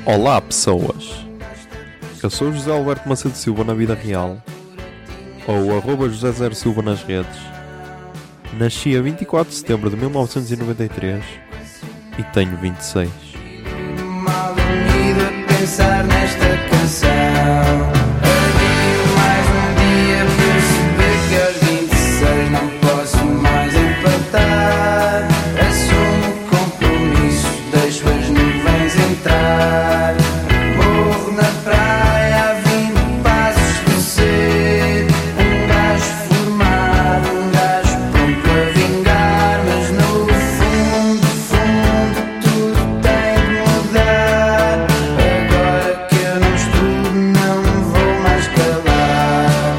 Olá pessoas, eu sou José Alberto Macedo Silva na vida real, ou José Zero Silva nas redes. Nasci a 24 de setembro de 1993 e tenho 26. Mal unido a pensar nesta canção. Mais um dia perceber que aos 26 não posso mais empatar. Assumo o compromisso, deixo as nuvens entrar. Morro na praia a 20 passos de ser um gajo formado, um gajo pronto a vingar. Mas no fundo, tudo tem de mudar. Agora que eu não estudo, não me vou mais calar.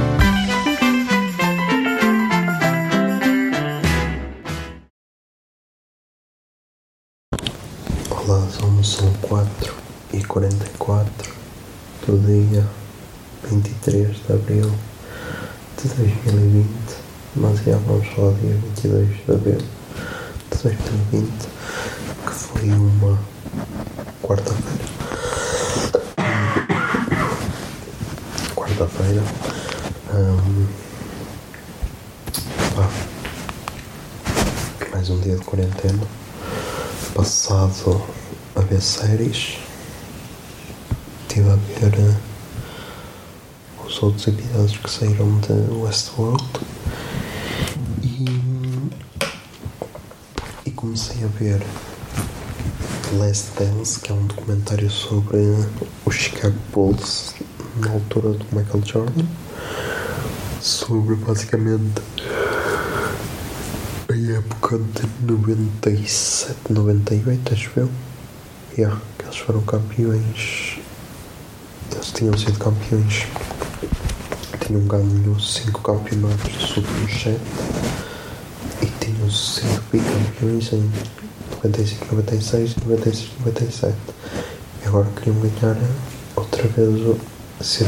Olá, são 4h44 do dia 23 de Abril de 2020, mas já vamos falar do dia 22 de Abril de 2020, que foi uma quarta-feira. Mais um dia de quarentena, passado a ver séries. Estive a ver os outros episódios que saíram de Westworld e comecei a ver Last Dance, que é um documentário sobre os Chicago Bulls na altura do Michael Jordan, sobre basicamente a época de 97, 98, acho eu. Que eles foram campeões. Eles tinham sido campeões. Tinham ganho 5 campeonatos dos últimos 7 e tinham sido bicampeões em 95, 96, 96, 97. E agora queriam ganhar outra vez, ser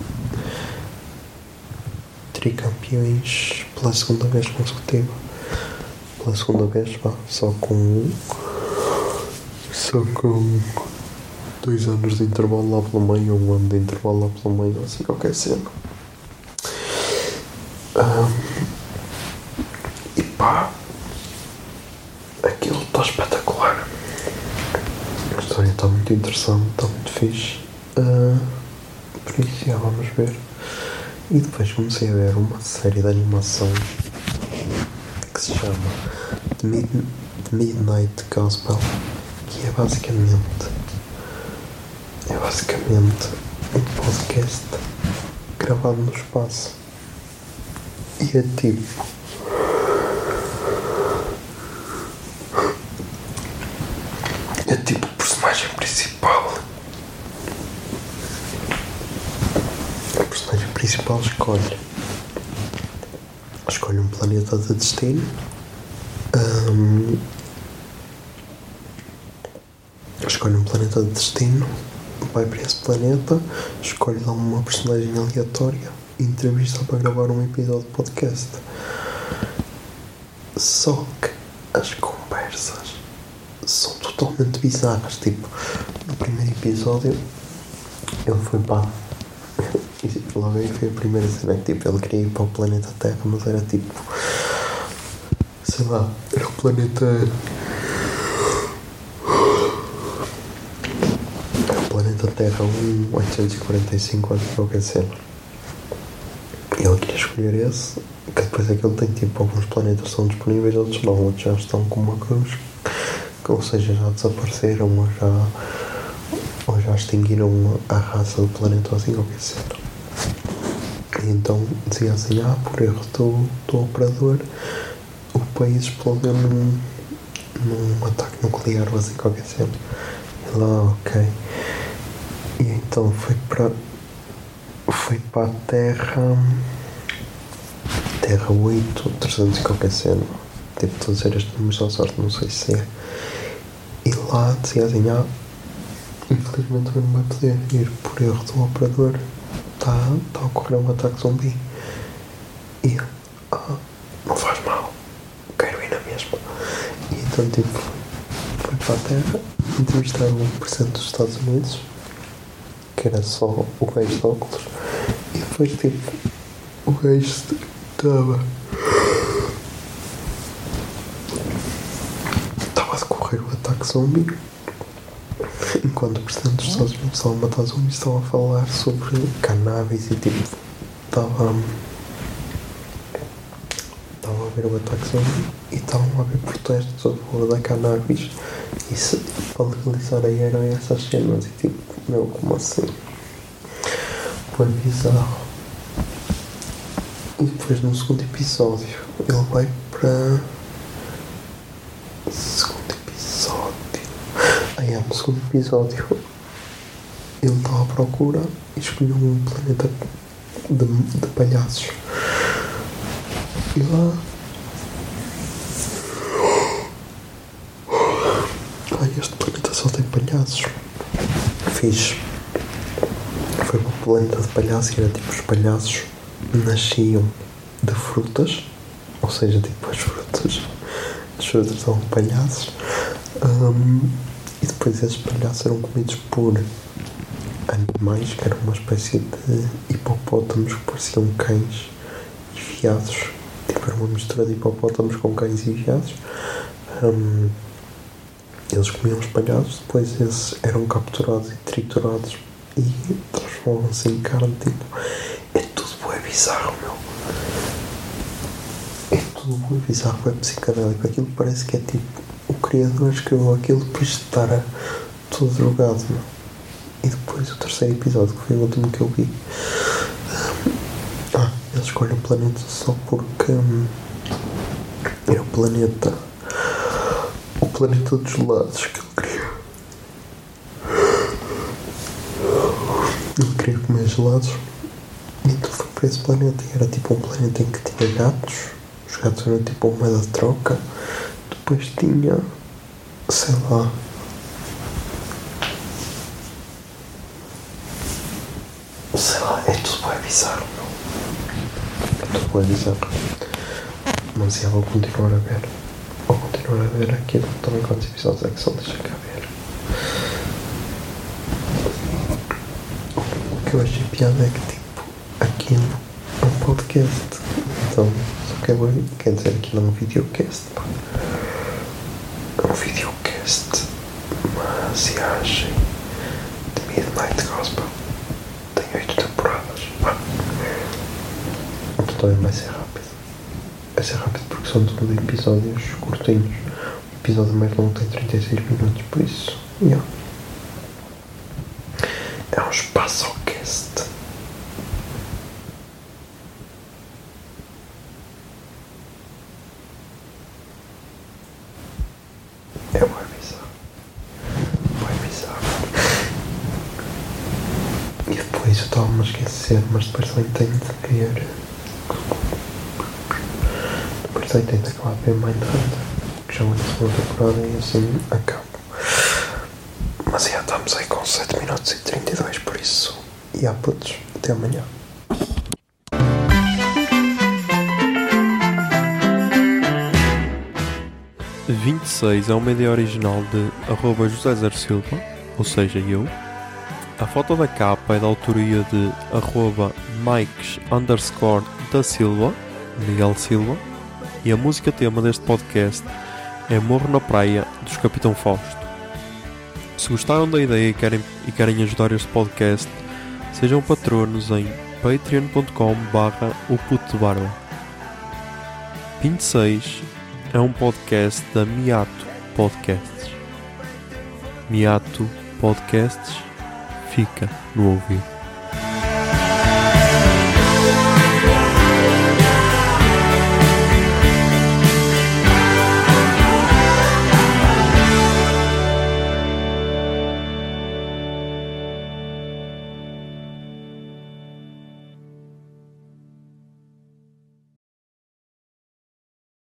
tricampeões pela segunda vez consecutiva. Pela segunda vez, só com 2 anos de intervalo lá pelo meio, ou 1 ano de intervalo lá pelo meio, assim qualquer cena. E aquilo está espetacular. A história está muito interessante, está muito fixe. Por isso já vamos ver. E depois comecei a ver uma série de animação que se chama The Midnight Gospel, que é basicamente um podcast gravado no espaço. E é tipo o personagem principal. O personagem principal escolhe um planeta de destino. Escolhe um planeta de destino, vai para esse planeta, escolhe lá uma personagem aleatória e entrevista para gravar um episódio de podcast. Só que as conversas são totalmente bizarras. Tipo, no primeiro episódio ele foi para logo aí foi a primeira cena que tipo, ele queria ir para o planeta Terra, mas era tipo, sei lá, era o planeta Terra 1845, acho que qualquer cena. E ele queria escolher esse, que depois aquele tem tipo, alguns planetas são disponíveis, outros não, outros já estão com uma cruz, que ou seja, já desapareceram ou já extinguiram a raça do planeta, assim qualquer cena. E então dizia assim, por erro do operador, o país explodeu num ataque nuclear, ou assim qualquer cena. E lá, ok. E então foi para a Terra 8, 300 e qualquer cena. Tipo, estou a dizer este número à sorte, não sei se é. E lá dizia assim, infelizmente eu não vai poder ir por erro do operador. Está a ocorrer um ataque zumbi. E não faz mal, quero ir na mesma. E então tipo, foi para a Terra, entrevistaram o presidente dos Estados Unidos, que era só o gajo de óculos, e depois tipo, o gajo estava a decorrer o ataque zombie, enquanto o presidente dos Estados Unidos estava a matar zombies, estava a falar sobre cannabis e tipo, estava a ver o ataque zombie e estavam a haver protestos a favor da cannabis e para legalizar a heroin e essas cenas e tipo, meu, como assim? Foi bizarro. E depois no segundo episódio ele vai para... no segundo episódio ele estava à procura e escolheu um planeta de palhaços. E lá... este planeta só tem palhaços. Fiz. Foi para o planeta de palhaços e era tipo, os palhaços nasciam de frutas, ou seja, tipo as frutas são palhaços, e depois esses palhaços eram comidos por animais que eram uma espécie de hipopótamos que pareciam cães e veados, tipo era uma mistura de hipopótamos com cães e veados. Eles comiam os palhaços, depois esses eram capturados e triturados e transformam-se em carne, tipo, é tudo bué bizarro, meu. É tudo bué bizarro, é psicadélico. Aquilo parece que é tipo, o criador escreveu aquilo depois de estar todo drogado, meu. E depois o terceiro episódio, que foi o último que eu vi, ele escolhe o planeta só porque era o planeta dos gelados que ele queria. Ele queria comer gelados e então foi para esse planeta e era tipo um planeta em que tinha gatos. Os gatos eram tipo uma moeda de troca. Depois tinha, sei lá, é tudo bem bizarro, não? É tudo bem bizarro. Mas eu vou continuar a ver. Vou continuar a ver aquilo. Também quantos episódios é que são, deixa cá ver. O que eu achei piada é que tipo, aquilo é um podcast. Então, só que quer dizer que não é um videocast, pá. É um videocast. Maciagem de Midnight Gospel. Tem 8 temporadas. Então também vai ser rápido. Vai ser rápido porque são tudo episódios curtinhos. O episódio mais longo tem 36 minutos, por isso, yeah. É um espaço-cast. É bem bizarro. Bem bizarro. E depois eu estava-me a esquecer, mas depois também tenho de ver. Depois também tenho de acabar de ver Mindhunter, que já é uma segunda temporada e assim acabo. Mas já estamos aí com 7 minutos e 32, por isso. E há putos, até amanhã. @26 é uma ideia original de @José Zer Silva, ou seja, eu. A foto da capa é da autoria de @Mikes_da Silva, Miguel Silva, e a música tema deste podcast é Morro na Praia, dos Capitão Fausto. Se gostaram da ideia e querem ajudar este podcast, sejam patronos em patreon.com/oputdebarba. 26 é um podcast da Miato Podcasts. Miato Podcasts fica no ouvido.